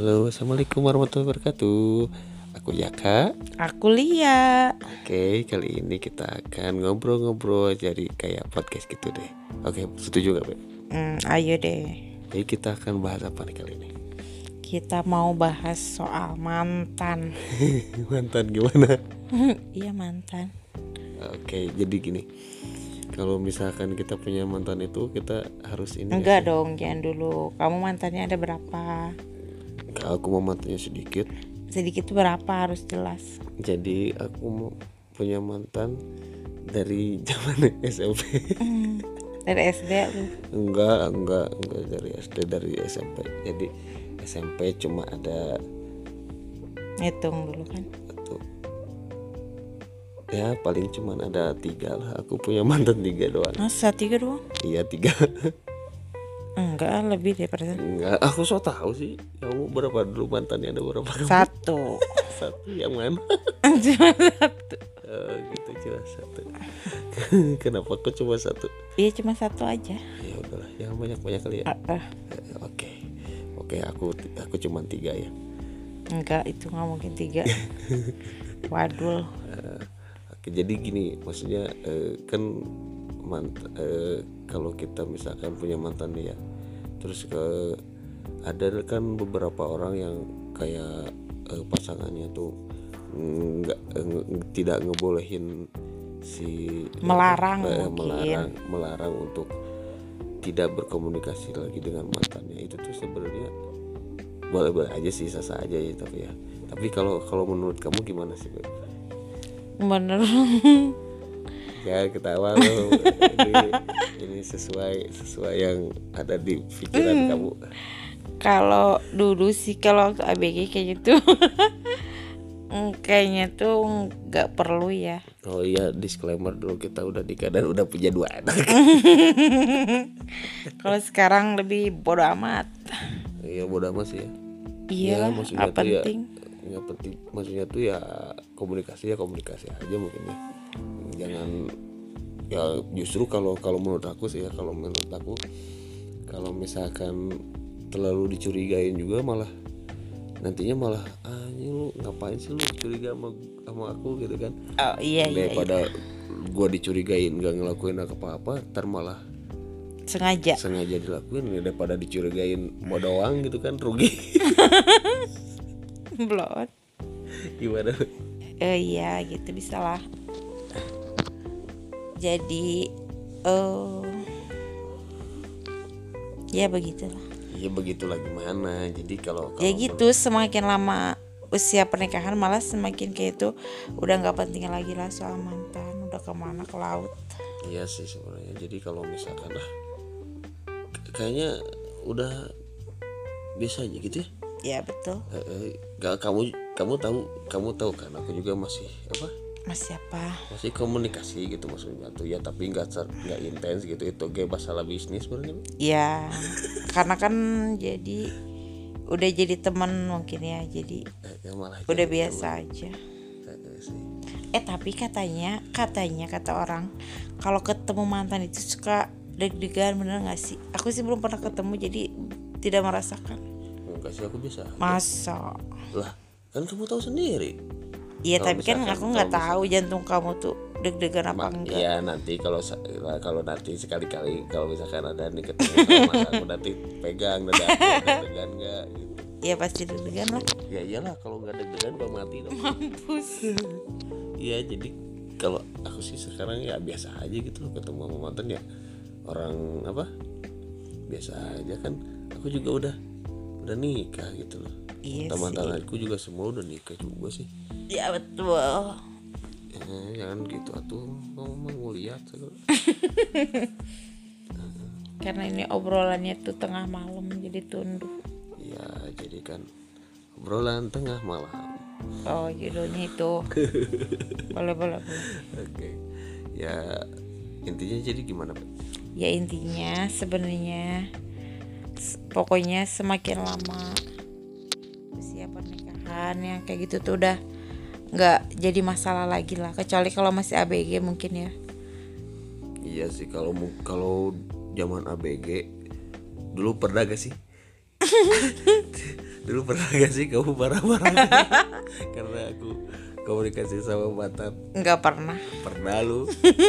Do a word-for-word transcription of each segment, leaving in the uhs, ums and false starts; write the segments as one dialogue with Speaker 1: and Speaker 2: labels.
Speaker 1: Halo, assalamualaikum warahmatullahi wabarakatuh. Aku Yaka.
Speaker 2: Aku Lia.
Speaker 1: Oke, kali ini kita akan ngobrol-ngobrol jadi kayak podcast gitu deh. Oke, setuju gak, Be?
Speaker 2: Hmm, ayo deh.
Speaker 1: Jadi kita akan bahas apa nih kali ini?
Speaker 2: Kita mau bahas soal mantan.
Speaker 1: Mantan gimana?
Speaker 2: Iya mantan.
Speaker 1: Oke, jadi gini. Kalau misalkan kita punya mantan itu kita harus ini.
Speaker 2: Enggak dong, jangan dulu. Kamu mantannya ada berapa?
Speaker 1: Kalau aku mau mantannya sedikit.
Speaker 2: Sedikit tuh berapa, harus jelas.
Speaker 1: Jadi aku mau punya mantan dari zaman S M P.
Speaker 2: Hmm, dari S D lu?
Speaker 1: Enggak, enggak, enggak dari S D, dari S M P. Jadi S M P cuma ada
Speaker 2: Hitung dulu kan.
Speaker 1: satu. Ya paling cuma ada tiga lah. Aku punya mantan tiga doang.
Speaker 2: Masa tiga doang?
Speaker 1: Iya tiga.
Speaker 2: Enggak, lebih deh persen.
Speaker 1: Enggak, aku so tahu sih. Kamu berapa dulu mantannya, ada berapa? Kamu?
Speaker 2: Satu.
Speaker 1: Satu yang mana?
Speaker 2: Cuma satu.
Speaker 1: Oh, gitu cuma satu. Kenapa kok cuma satu?
Speaker 2: Iya cuma satu aja.
Speaker 1: Ya udahlah, yang banyak-banyak kali ya.
Speaker 2: Uh, uh.
Speaker 1: Eh, Oke, oke aku aku cuma tiga ya.
Speaker 2: Enggak, itu nggak mungkin tiga. Wadul.
Speaker 1: Uh, oke, jadi gini, maksudnya uh, kan mant uh, kalau kita misalkan punya mantan nih ya, terus ke ada kan beberapa orang yang kayak uh, pasangannya tuh nggak uh, tidak ngebolehin si
Speaker 2: Melarang
Speaker 1: uh,
Speaker 2: mungkin.
Speaker 1: melarang melarang untuk tidak berkomunikasi lagi dengan mantannya. Itu tuh sebenarnya boleh-boleh aja sih, sah-sah aja ya, tapi ya tapi kalau kalau menurut kamu gimana sih, Beb?
Speaker 2: Bener.
Speaker 1: Ya ketawa loh. ini, ini sesuai sesuai yang ada di pikiran
Speaker 2: Hmm.
Speaker 1: kamu.
Speaker 2: Kalau dulu sih, kalau waktu A B G kayaknya tuh kayaknya tuh nggak perlu ya.
Speaker 1: Oh iya, disclaimer dulu, kita udah nikah dan udah punya dua anak.
Speaker 2: Kalau sekarang lebih bodo amat.
Speaker 1: Iya bodoh amat sih ya.
Speaker 2: Iya,
Speaker 1: Ya, maksudnya
Speaker 2: apa
Speaker 1: tuh ya,
Speaker 2: penting?
Speaker 1: nggak penting. Maksudnya tuh ya komunikasi ya komunikasi aja mungkin ya. Jangan ya, justru kalau kalau menurut aku sih ya, kalau menurut aku kalau misalkan terlalu dicurigain juga malah nantinya malah ah ini lu ngapain sih lu curiga sama sama aku gitu kan.
Speaker 2: Oh iya iya,
Speaker 1: Daripada
Speaker 2: iya.
Speaker 1: gua dicurigain gak ngelakuin apa-apa, ntar malah
Speaker 2: Sengaja.
Speaker 1: sengaja dilakuin, daripada dicurigain mau doang gitu kan, rugi.
Speaker 2: Blot.
Speaker 1: Gimana?
Speaker 2: Eh iya gitu, bisa lah. Jadi eh ya begitulah.
Speaker 1: Ya begitulah gimana. Jadi kalau
Speaker 2: Ya
Speaker 1: kalau
Speaker 2: gitu, semakin lama usia pernikahan malah semakin kayak itu udah nggak penting lagi lah soal mantan, udah kemana, ke laut.
Speaker 1: iya sih sebenarnya. Jadi kalau misalkan ah kayaknya udah biasa aja gitu ya.
Speaker 2: Ya betul.
Speaker 1: Eh, eh, gak, kamu kamu tahu kamu tahu kan aku juga masih apa
Speaker 2: Mas siapa?
Speaker 1: masih komunikasi gitu maksudnya tuh ya, tapi nggak nggak intens gitu. Itu kayak masalah bisnis sebenarnya.
Speaker 2: Ya karena kan jadi udah jadi teman mungkin ya, jadi
Speaker 1: Eh, ya malah
Speaker 2: udah
Speaker 1: jadi
Speaker 2: biasa
Speaker 1: teman.
Speaker 2: aja.
Speaker 1: Eh, eh, sih.
Speaker 2: Eh tapi katanya katanya kata orang kalau ketemu mantan itu suka deg-degan, bener nggak sih? Aku sih belum pernah ketemu jadi tidak merasakan.
Speaker 1: Enggak sih, aku biasa aja.
Speaker 2: Masa?
Speaker 1: Lah kan kamu tahu sendiri.
Speaker 2: Iya
Speaker 1: Kalau
Speaker 2: tapi kan
Speaker 1: misalkan-
Speaker 2: aku nggak
Speaker 1: kalau
Speaker 2: tahu jantung kamu tuh deg-degan apa
Speaker 1: Ma-
Speaker 2: enggak.
Speaker 1: Iya nanti kalau sa- kalau nanti sekali-kali kalau misalkan ada nih ketemu sama aku nanti pegang dada aku, deg-degan nggak gitu.
Speaker 2: Iya pasti deg-degan lah.
Speaker 1: Ya iyalah, kalau nggak deg-degan gua mati dong.
Speaker 2: Mampus.
Speaker 1: Iya, jadi kalau aku sih sekarang ya biasa aja gitu loh, ketemu sama mantan ya orang apa biasa aja kan. Aku juga udah udah nikah gitu loh.
Speaker 2: Iya
Speaker 1: Teman-teman
Speaker 2: sih.
Speaker 1: aku juga semua udah nikah juga sih.
Speaker 2: Ya betul.
Speaker 1: Ya, jangan gitu atuh, kamu mau ngeliat segala.
Speaker 2: Karena ini obrolannya tuh tengah malam jadi tunduk.
Speaker 1: Ya jadi kan obrolan tengah malam.
Speaker 2: Oh judulnya itu. Boleh boleh boleh.
Speaker 1: Oke. Ya intinya jadi gimana, Pak?
Speaker 2: Ya intinya sebenarnya s- pokoknya semakin lama usia pernikahan yang kayak gitu tuh udah nggak jadi masalah lagi lah, kecuali kalau masih A B G mungkin ya.
Speaker 1: Iya sih, kalau mu- kalau zaman A B G dulu pernah gak sih dulu pernah gak sih kamu marah-marah karena aku komunikasi sama mantan?
Speaker 2: Nggak pernah.
Speaker 1: Pernah lu.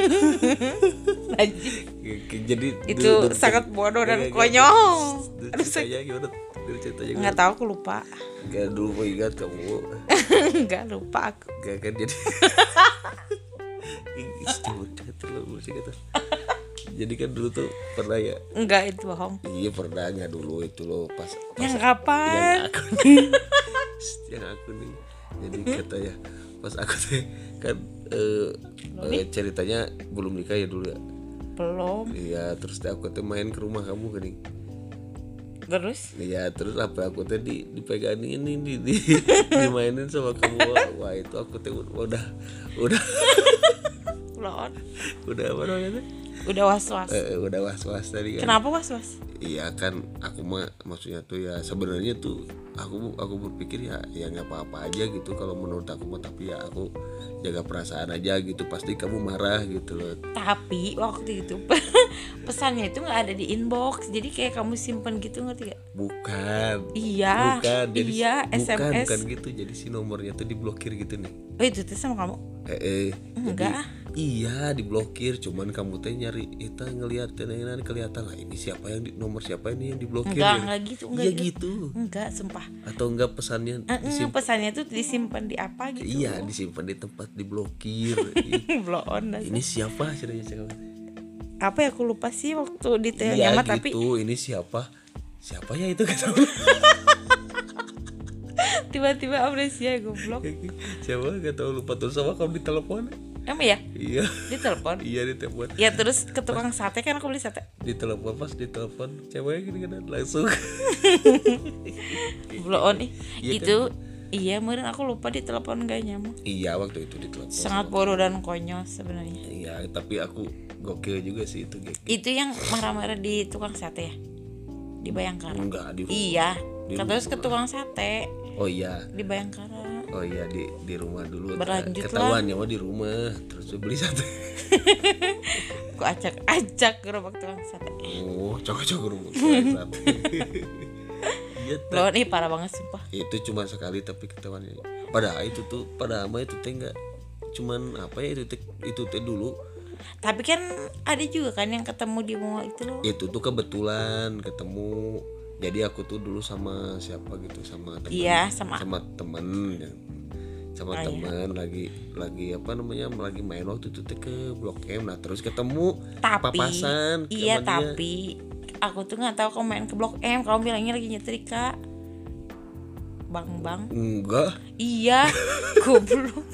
Speaker 2: Anjing.
Speaker 1: Jadi
Speaker 2: Itu
Speaker 1: dulu- dulu-
Speaker 2: sangat bodoh dan
Speaker 1: Nggak, nggak,
Speaker 2: konyol.
Speaker 1: dulu
Speaker 2: Aduh,
Speaker 1: ceritanya gimana? Dulu ceritanya
Speaker 2: nggak
Speaker 1: gimana?
Speaker 2: tahu, aku lupa.
Speaker 1: Gak dulu mau ingat kamu.
Speaker 2: Nggak lupa aku.
Speaker 1: Gak kan jadi. Istimewa terlalu sih kata. Jadi kan dulu tuh pernah ya.
Speaker 2: Nggak, itu bohong.
Speaker 1: Iya pernah nggak dulu itu loh pas, pas
Speaker 2: Yang kapan?
Speaker 1: yang aku nih yang aku nih jadi katanya pas aku teh kan eh, eh, ceritanya belum nikah ya dulu ya.
Speaker 2: Belum.
Speaker 1: Iya terus teh aku teh main ke rumah kamu kan.
Speaker 2: Terus
Speaker 1: Iya terus apa aku teh di dipegangin ini di, di dimainin sama kamu. Wah, wah itu aku teh udah udah
Speaker 2: belum.
Speaker 1: udah apa namanya?
Speaker 2: Udah was-was.
Speaker 1: Eh, udah was-was tadi kan.
Speaker 2: Kenapa was-was?
Speaker 1: Iya kan aku mah maksudnya tuh ya sebenarnya tuh aku aku berpikir ya ya nggak apa-apa aja gitu kalau menurut aku mah, tapi ya aku jaga perasaan aja gitu, pasti kamu marah gitu loh.
Speaker 2: Tapi waktu itu pesannya itu nggak ada di inbox, jadi kayak kamu simpen gitu, ngerti gak?
Speaker 1: Bukan.
Speaker 2: Iya.
Speaker 1: Bukan. Jadi
Speaker 2: Iya,
Speaker 1: bukan,
Speaker 2: S M S.
Speaker 1: bukan gitu. Jadi si nomornya tuh diblokir gitu nih.
Speaker 2: Oh itu tuh sama kamu?
Speaker 1: Eh, eh.
Speaker 2: Enggak.
Speaker 1: Jadi, iya diblokir, cuman kamu teh nyari kita ngelihat tenan kelihatan lah ini siapa yang di, nomor siapa ini yang diblokir.
Speaker 2: Enggak,
Speaker 1: ya.
Speaker 2: enggak gitu, enggak
Speaker 1: Iya
Speaker 2: gitu.
Speaker 1: gitu.
Speaker 2: Enggak, sumpah.
Speaker 1: Atau enggak pesannya
Speaker 2: Eh, eh,
Speaker 1: disimpan.
Speaker 2: pesannya tuh disimpan di apa gitu?
Speaker 1: Iya disimpan di tempat diblokir.
Speaker 2: Blow on.
Speaker 1: Ini siapa ceritanya cakap?
Speaker 2: Apa ya, aku lupa sih waktu detailnya
Speaker 1: Iya
Speaker 2: mah,
Speaker 1: gitu,
Speaker 2: tapi
Speaker 1: ini siapa? Siapa ya itu kata
Speaker 2: tiba-tiba amnesia goblok.
Speaker 1: siapa gak tahu, lupa terus sama kamu di telepon.
Speaker 2: Emang ya?
Speaker 1: Iya.
Speaker 2: Di telepon.
Speaker 1: Iya di telepon.
Speaker 2: Ya terus ke tukang sate kan, aku beli sate.
Speaker 1: Di telepon pas di telepon ceweknya gini kan langsung.
Speaker 2: Blow on ih.
Speaker 1: Iya
Speaker 2: Itu iya, mungkin aku lupa di telepon gak nyamuk.
Speaker 1: Iya waktu itu di telepon.
Speaker 2: Sangat bodoh dan konyol sebenarnya.
Speaker 1: Iya tapi aku gokil juga sih itu Geki.
Speaker 2: Itu yang marah-marah di tukang sate ya? Di Bayangkara.
Speaker 1: Enggak di rumah.
Speaker 2: Iya.
Speaker 1: Di
Speaker 2: Terus ke
Speaker 1: rumah.
Speaker 2: tukang sate
Speaker 1: Oh iya.
Speaker 2: di Bayangkara.
Speaker 1: Oh iya di di rumah dulu.
Speaker 2: Berlanjut
Speaker 1: Ketahuan nyawa di rumah terus beli sate.
Speaker 2: Ku acak-acak gerobak tukang sate.
Speaker 1: Oh cocok rumah sate. Iya.
Speaker 2: Blow on ih, parah banget sumpah.
Speaker 1: Itu cuma sekali tapi ketahuan. Padahal itu tuh pada ama itu teh enggak cuman apa ya itu teh itu teh dulu.
Speaker 2: Tapi kan ada juga kan yang ketemu di mall itu loh.
Speaker 1: Itu tuh kebetulan ketemu. Jadi aku tuh dulu sama siapa gitu, sama teman.
Speaker 2: Iya, sama-
Speaker 1: sama temen ya. Sama
Speaker 2: Oh,
Speaker 1: teman lagi lagi apa namanya lagi main waktu itu teh ke Blok M. Nah terus ketemu
Speaker 2: Tapi
Speaker 1: papasan
Speaker 2: iya,
Speaker 1: sama dia.
Speaker 2: tapi aku tuh nggak tahu kamu main ke Blok M. Kamu bilangnya lagi nyetrika. Bang bang.
Speaker 1: Enggak.
Speaker 2: Iya, goblok.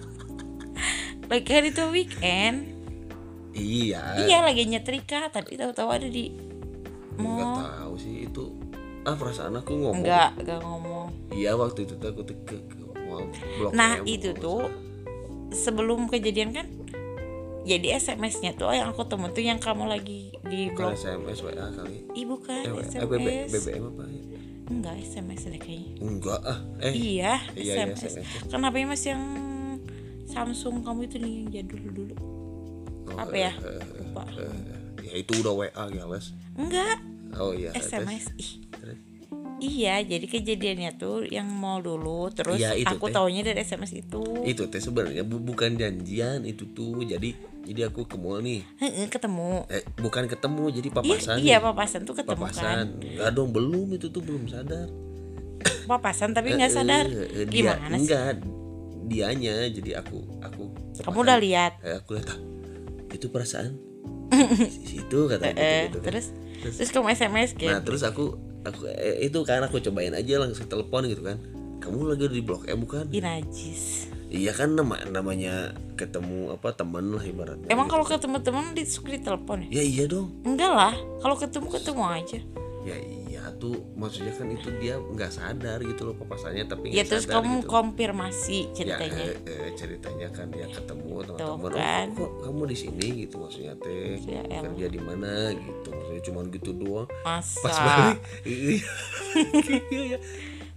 Speaker 2: Lagi kan itu weekend.
Speaker 1: Iya.
Speaker 2: Iya, lagi nyetrika, tapi tahu-tahu ada di
Speaker 1: Enggak
Speaker 2: mall.
Speaker 1: tahu sih itu. Ah perasaan aku ngomong.
Speaker 2: Enggak, enggak ngomong.
Speaker 1: Iya waktu itu tuh aku tuh ke, ke mall Blok
Speaker 2: Nah,
Speaker 1: M,
Speaker 2: itu
Speaker 1: kalau
Speaker 2: tuh
Speaker 1: nggak salah.
Speaker 2: sebelum kejadian kan. Jadi S M S-nya tuh yang aku temu tuh yang kamu lagi di
Speaker 1: Bukan
Speaker 2: blok.
Speaker 1: S M S W A kali.
Speaker 2: Ih, bukan
Speaker 1: Eh,
Speaker 2: S
Speaker 1: eh,
Speaker 2: M
Speaker 1: B B,
Speaker 2: S.
Speaker 1: B B M apa ya?
Speaker 2: Enggak, S M S deh kayaknya.
Speaker 1: Enggak ah. Eh.
Speaker 2: Iya,
Speaker 1: Iya, iya,
Speaker 2: S M S.
Speaker 1: S M S.
Speaker 2: Kan H P-nya masih yang Samsung kamu itu nih, yang jadul dulu.
Speaker 1: Oh,
Speaker 2: Apa ya?
Speaker 1: eh, eh,
Speaker 2: Lupa.
Speaker 1: eh, ya itu udah W A Gales.
Speaker 2: Enggak,
Speaker 1: Oh iya.
Speaker 2: S M S.
Speaker 1: terus-
Speaker 2: Ih.
Speaker 1: terus.
Speaker 2: Iya, jadi kejadiannya tuh yang mall dulu, terus
Speaker 1: Iya, itu
Speaker 2: aku
Speaker 1: teh.
Speaker 2: taunya dari S M S itu.
Speaker 1: Itu teh sebenarnya bu- bukan janjian itu tuh. Jadi jadi aku ke mall nih.
Speaker 2: Heeh, ketemu.
Speaker 1: Eh bukan ketemu, jadi
Speaker 2: Iya,
Speaker 1: papasan.
Speaker 2: iya,
Speaker 1: nih.
Speaker 2: papasan tuh ketemu
Speaker 1: Papasan.
Speaker 2: kan.
Speaker 1: Enggak dong, belum itu tuh belum sadar.
Speaker 2: Papasan tapi nggak sadar.
Speaker 1: Eh, eh, dia,
Speaker 2: Gimana sih?
Speaker 1: enggak dianya, jadi aku aku
Speaker 2: Kamu udah lihat.
Speaker 1: eh, aku lihat ah, itu perasaan itu kata gitu,
Speaker 2: Eh,
Speaker 1: gitu kan.
Speaker 2: terus terus kamu S M S
Speaker 1: Nah
Speaker 2: kan.
Speaker 1: terus aku aku eh, itu kan aku cobain aja langsung telepon gitu kan, kamu lagi di Blok M bukan?
Speaker 2: Ih, najis.
Speaker 1: Iya kan nama namanya ketemu apa teman lah ibaratnya.
Speaker 2: Emang
Speaker 1: gitu.
Speaker 2: kalau ketemu teman di di telepon ya?
Speaker 1: Ya iya dong.
Speaker 2: Enggak lah, kalau ketemu ketemu aja.
Speaker 1: Ya iya tuh maksudnya kan itu dia nggak sadar gitu loh papasannya, tapi
Speaker 2: Ya
Speaker 1: nggak
Speaker 2: terus
Speaker 1: sadar
Speaker 2: kamu
Speaker 1: gitu.
Speaker 2: konfirmasi
Speaker 1: Ya,
Speaker 2: ceritanya.
Speaker 1: eh, eh, ceritanya kan ya ketemu teman-teman.
Speaker 2: Tuh, kan.
Speaker 1: Oh, kok kamu di sini gitu maksudnya teh
Speaker 2: Ya, elah.
Speaker 1: kerja di mana gitu maksudnya cuman gitu doang. Pas
Speaker 2: Masa
Speaker 1: balik iya iya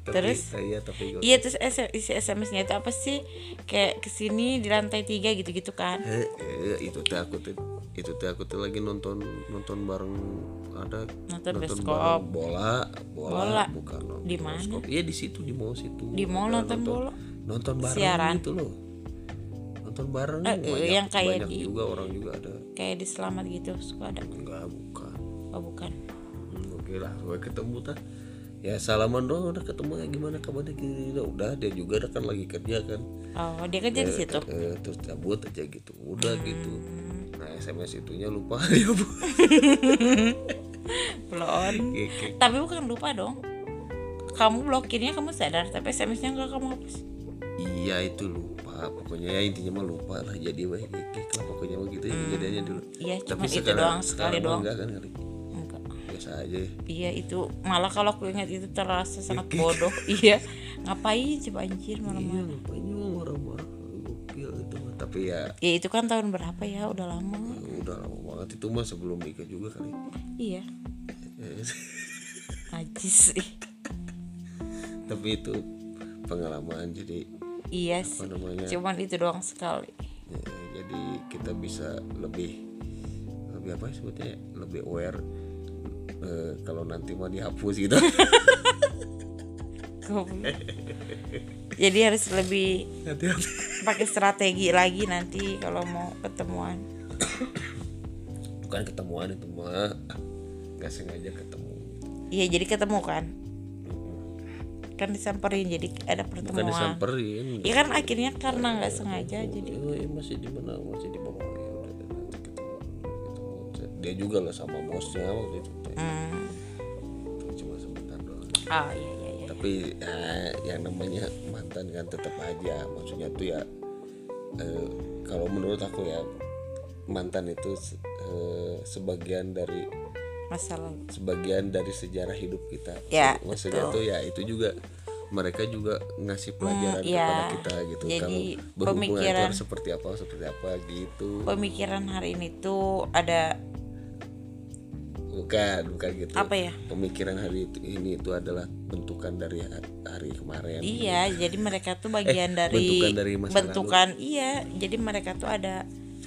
Speaker 1: Tapi,
Speaker 2: Terus
Speaker 1: iya tapi gua-
Speaker 2: iya terus S- isi S M S-nya itu apa sih, kayak kesini di lantai tiga gitu-gitu kan.
Speaker 1: eh, eh, itu teh aku tuh itu teh aku tuh lagi nonton nonton bareng ada
Speaker 2: Nonton bioskop.
Speaker 1: bareng bola bola,
Speaker 2: Bola.
Speaker 1: bukan nonton
Speaker 2: Di mana?
Speaker 1: bioskop. Iya di situ di mall situ.
Speaker 2: Di mall
Speaker 1: Ada
Speaker 2: nonton bola?
Speaker 1: Nonton bareng
Speaker 2: Siaran?
Speaker 1: gitu loh. Nonton bareng
Speaker 2: Eh, eh,
Speaker 1: banyak,
Speaker 2: yang kayak
Speaker 1: banyak
Speaker 2: di-
Speaker 1: juga orang juga ada.
Speaker 2: Kayak di Selamat gitu suka ada.
Speaker 1: Enggak bukan.
Speaker 2: Oh bukan.
Speaker 1: Hmm, oke lah, gue ketemu tah. Ya salaman doang udah ketemu ya gimana kabarnya gitu. Udah dia juga ada kan lagi kerja kan.
Speaker 2: Oh dia kerja di situ.
Speaker 1: Eh, terus cabut aja gitu. Udah
Speaker 2: Hmm.
Speaker 1: gitu. Nah, S M S itunya lupa dia Bu.
Speaker 2: Belum.
Speaker 1: Kayak- kayak-
Speaker 2: Tapi bukan lupa dong. Kamu blokirnya kamu sadar, tapi S M S-nya enggak kamu hapus.
Speaker 1: Iya itu lupa. Pokoknya ya intinya mah lupa lah jadi weh kayak lah pokoknya mah gitu ya kejadiannya dulu.
Speaker 2: Iya,
Speaker 1: Tapi
Speaker 2: cuma itu
Speaker 1: sekarang-
Speaker 2: doang, sekali
Speaker 1: sekarang mah
Speaker 2: doang.
Speaker 1: enggak kan kali.
Speaker 2: Enggak.
Speaker 1: Biasa aja ya.
Speaker 2: Iya itu malah kalau aku ingat itu terasa sangat bodoh. Iya. Ngapain coba anjir
Speaker 1: Iya
Speaker 2: malam-malam.
Speaker 1: ngapain juga marah-marah gokil gitu mah. Tapi ya
Speaker 2: Ya itu kan tahun berapa ya, udah lama.
Speaker 1: udah lama banget itu mah sebelum nikah juga kali.
Speaker 2: Iya.
Speaker 1: Eh,
Speaker 2: Najis sih.
Speaker 1: Tapi itu pengalaman jadi
Speaker 2: Iya
Speaker 1: apa
Speaker 2: sih.
Speaker 1: namanya?
Speaker 2: Cuman itu doang sekali.
Speaker 1: ya, jadi kita bisa lebih lebih apa sebutnya ya, lebih aware eh, kalau nanti mau dihapus gitu.
Speaker 2: Goblok. Jadi harus lebih
Speaker 1: Hati-hati.
Speaker 2: pakai strategi lagi nanti kalau mau ketemuan.
Speaker 1: Bukan ketemuan itu mah nggak sengaja ketemu.
Speaker 2: Iya jadi ketemu kan. Kan disamperin jadi ada
Speaker 1: Bukan
Speaker 2: pertemuan.
Speaker 1: disamperin.
Speaker 2: Iya kan akhirnya karena nggak sengaja jadi.
Speaker 1: Eh, masih di mana masih di bawah ya udah nanti ketemu ketemu dia juga lah sama bosnya waktu itu teh.
Speaker 2: Hmm.
Speaker 1: Cuma sebentar doang.
Speaker 2: Ah iya iya iya.
Speaker 1: Tapi ya, yang namanya mantan kan tetap aja maksudnya tuh ya eh, kalau menurut aku ya mantan itu eh, sebagian dari
Speaker 2: Masalah.
Speaker 1: sebagian dari sejarah hidup kita.
Speaker 2: Ya,
Speaker 1: Maksudnya
Speaker 2: betul.
Speaker 1: tuh ya itu juga mereka juga ngasih pelajaran
Speaker 2: Hmm, ya.
Speaker 1: kepada kita gitu.
Speaker 2: Jadi,
Speaker 1: Kalau berhubungan itu
Speaker 2: pemikiran-
Speaker 1: harus seperti apa seperti apa gitu.
Speaker 2: Pemikiran hari ini tuh ada
Speaker 1: Bukan, bukan gitu.
Speaker 2: apa ya?
Speaker 1: Pemikiran hari itu ini itu adalah bentukan dari ha- hari kemarin.
Speaker 2: Iya, jadi mereka tuh bagian
Speaker 1: Eh,
Speaker 2: dari
Speaker 1: bentukan dari masa
Speaker 2: bentukan iya, jadi mereka tuh ada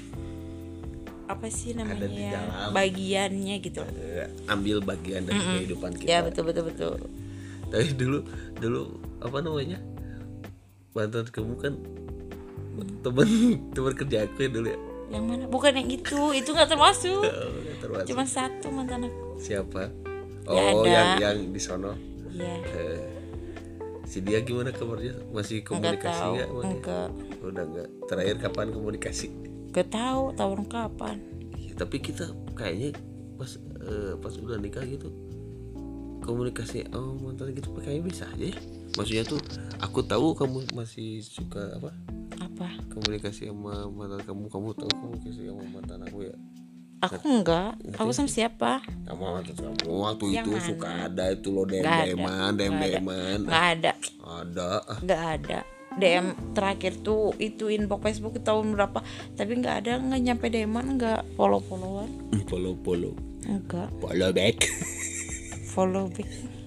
Speaker 2: apa sih namanya
Speaker 1: di
Speaker 2: ya?
Speaker 1: dalam.
Speaker 2: Bagiannya gitu.
Speaker 1: Eh, ambil bagian dari kehidupan kita.
Speaker 2: Ya betul betul betul.
Speaker 1: Tapi dulu dulu apa namanya? Mantan kamu kan teman teman kerja aku ya dulu ya.
Speaker 2: Yang mana? Bukan yang itu, itu nggak termasuk.
Speaker 1: Oh, nggak termasuk.
Speaker 2: Cuma satu mantan aku.
Speaker 1: Siapa?
Speaker 2: Ya
Speaker 1: Oh,
Speaker 2: ada.
Speaker 1: yang yang di sono.
Speaker 2: Iya.
Speaker 1: Eh, si dia gimana kabarnya? Masih
Speaker 2: Enggak
Speaker 1: komunikasi
Speaker 2: tahu.
Speaker 1: nggak? sama dia?
Speaker 2: Enggak.
Speaker 1: Udah enggak. Terakhir kapan komunikasi?
Speaker 2: Enggak tahu tahun kapan.
Speaker 1: Ya, tapi kita kayaknya pas eh, pas udah nikah gitu komunikasi oh mantan gitu kayaknya bisa aja ya. Maksudnya tuh aku tahu kamu masih suka apa?
Speaker 2: Apa?
Speaker 1: Komunikasi sama mantan kamu, kamu tahu komunikasi sama mantan aku ya?
Speaker 2: Aku enggak. Aku sama siapa?
Speaker 1: Sama mantan kamu waktu
Speaker 2: Yang
Speaker 1: itu
Speaker 2: mana?
Speaker 1: suka ada itu lo dem
Speaker 2: Nggak ada.
Speaker 1: deman dem
Speaker 2: Nggak ada.
Speaker 1: deman
Speaker 2: Enggak ada.
Speaker 1: ada
Speaker 2: Enggak ada. D M terakhir tuh itu inbox Facebook tahun berapa, tapi nggak ada, nggak nyampe D M-an, nggak follow followan,
Speaker 1: follow follow
Speaker 2: enggak
Speaker 1: follow back.
Speaker 2: follow back.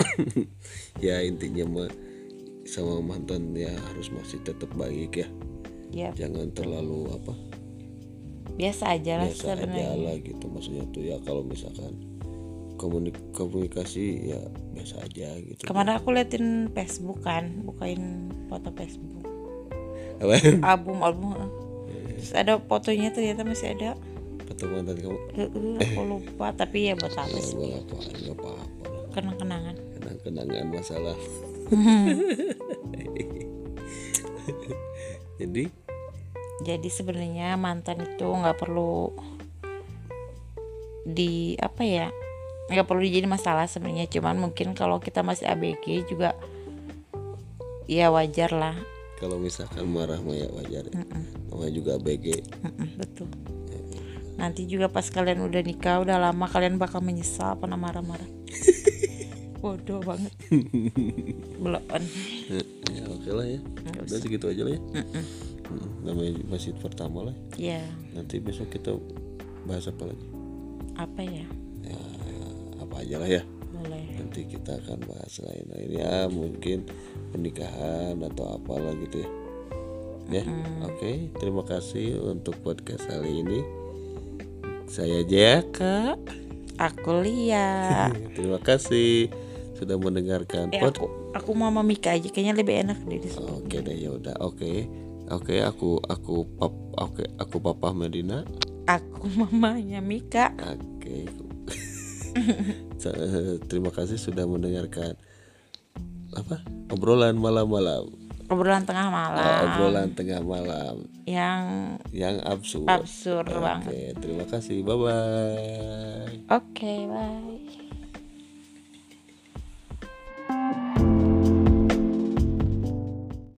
Speaker 1: Ya intinya mah sama mantan ya harus masih tetap baik ya,
Speaker 2: Ya
Speaker 1: jangan terlalu apa
Speaker 2: biasa aja lah
Speaker 1: biasa aja
Speaker 2: sebenarnya.
Speaker 1: lah gitu. Maksudnya tuh ya kalau misalkan komunik- komunikasi ya biasa aja gitu.
Speaker 2: Kemarin aku liatin Facebook kan, bukain foto Facebook,
Speaker 1: Apa?
Speaker 2: album album, heeh. Terus ada fotonya ternyata masih ada.
Speaker 1: Foto mantan kamu?
Speaker 2: Heeh, aku lupa, tapi ya buat apa
Speaker 1: Ya,
Speaker 2: sih?
Speaker 1: gua apa nggak apa-apa lah.
Speaker 2: Kenang-kenangan.
Speaker 1: Kenang-kenangan masalah. Jadi
Speaker 2: Jadi sebenarnya mantan itu nggak perlu di apa ya, nggak perlu jadi masalah sebenarnya. Cuman mungkin kalau kita masih A B G juga ya wajar lah.
Speaker 1: kalau misalkan marah mah ya wajar. Namanya juga B G.
Speaker 2: Mm-mm, betul. Nanti juga pas kalian udah nikah, udah lama, kalian bakal menyesal pernah marah-marah. Bodoh banget. Belum.
Speaker 1: Ya oke lah ya.
Speaker 2: Nggak
Speaker 1: Udah
Speaker 2: usah.
Speaker 1: segitu aja lah ya. Hmm, namanya masih pertama lah.
Speaker 2: Ya
Speaker 1: Nanti besok kita bahas apa lagi?
Speaker 2: apa ya?
Speaker 1: Ya apa aja lah ya.
Speaker 2: Boleh.
Speaker 1: nanti kita akan bahas lain-lainnya, mungkin pernikahan atau apalah gitu ya. Ya,
Speaker 2: Hmm.
Speaker 1: oke. Okay. Terima kasih untuk podcast kali ini. Saya Jaka.
Speaker 2: Aku Lia.
Speaker 1: Terima kasih sudah mendengarkan
Speaker 2: Eh,
Speaker 1: pod.
Speaker 2: aku aku Mama Mika aja kayaknya lebih enak deh disebut.
Speaker 1: Oke deh, ya udah. Oke. Oke, aku aku pap oke, aku Papa Medina.
Speaker 2: Aku mamanya Mika.
Speaker 1: Oke. Terima kasih sudah mendengarkan apa? Obrolan malam-malam.
Speaker 2: Obrolan tengah malam.
Speaker 1: Ah, obrolan tengah malam
Speaker 2: Yang
Speaker 1: yang absurd.
Speaker 2: absurd
Speaker 1: Oke,
Speaker 2: banget.
Speaker 1: terima kasih. Bye bye.
Speaker 2: Oke, bye.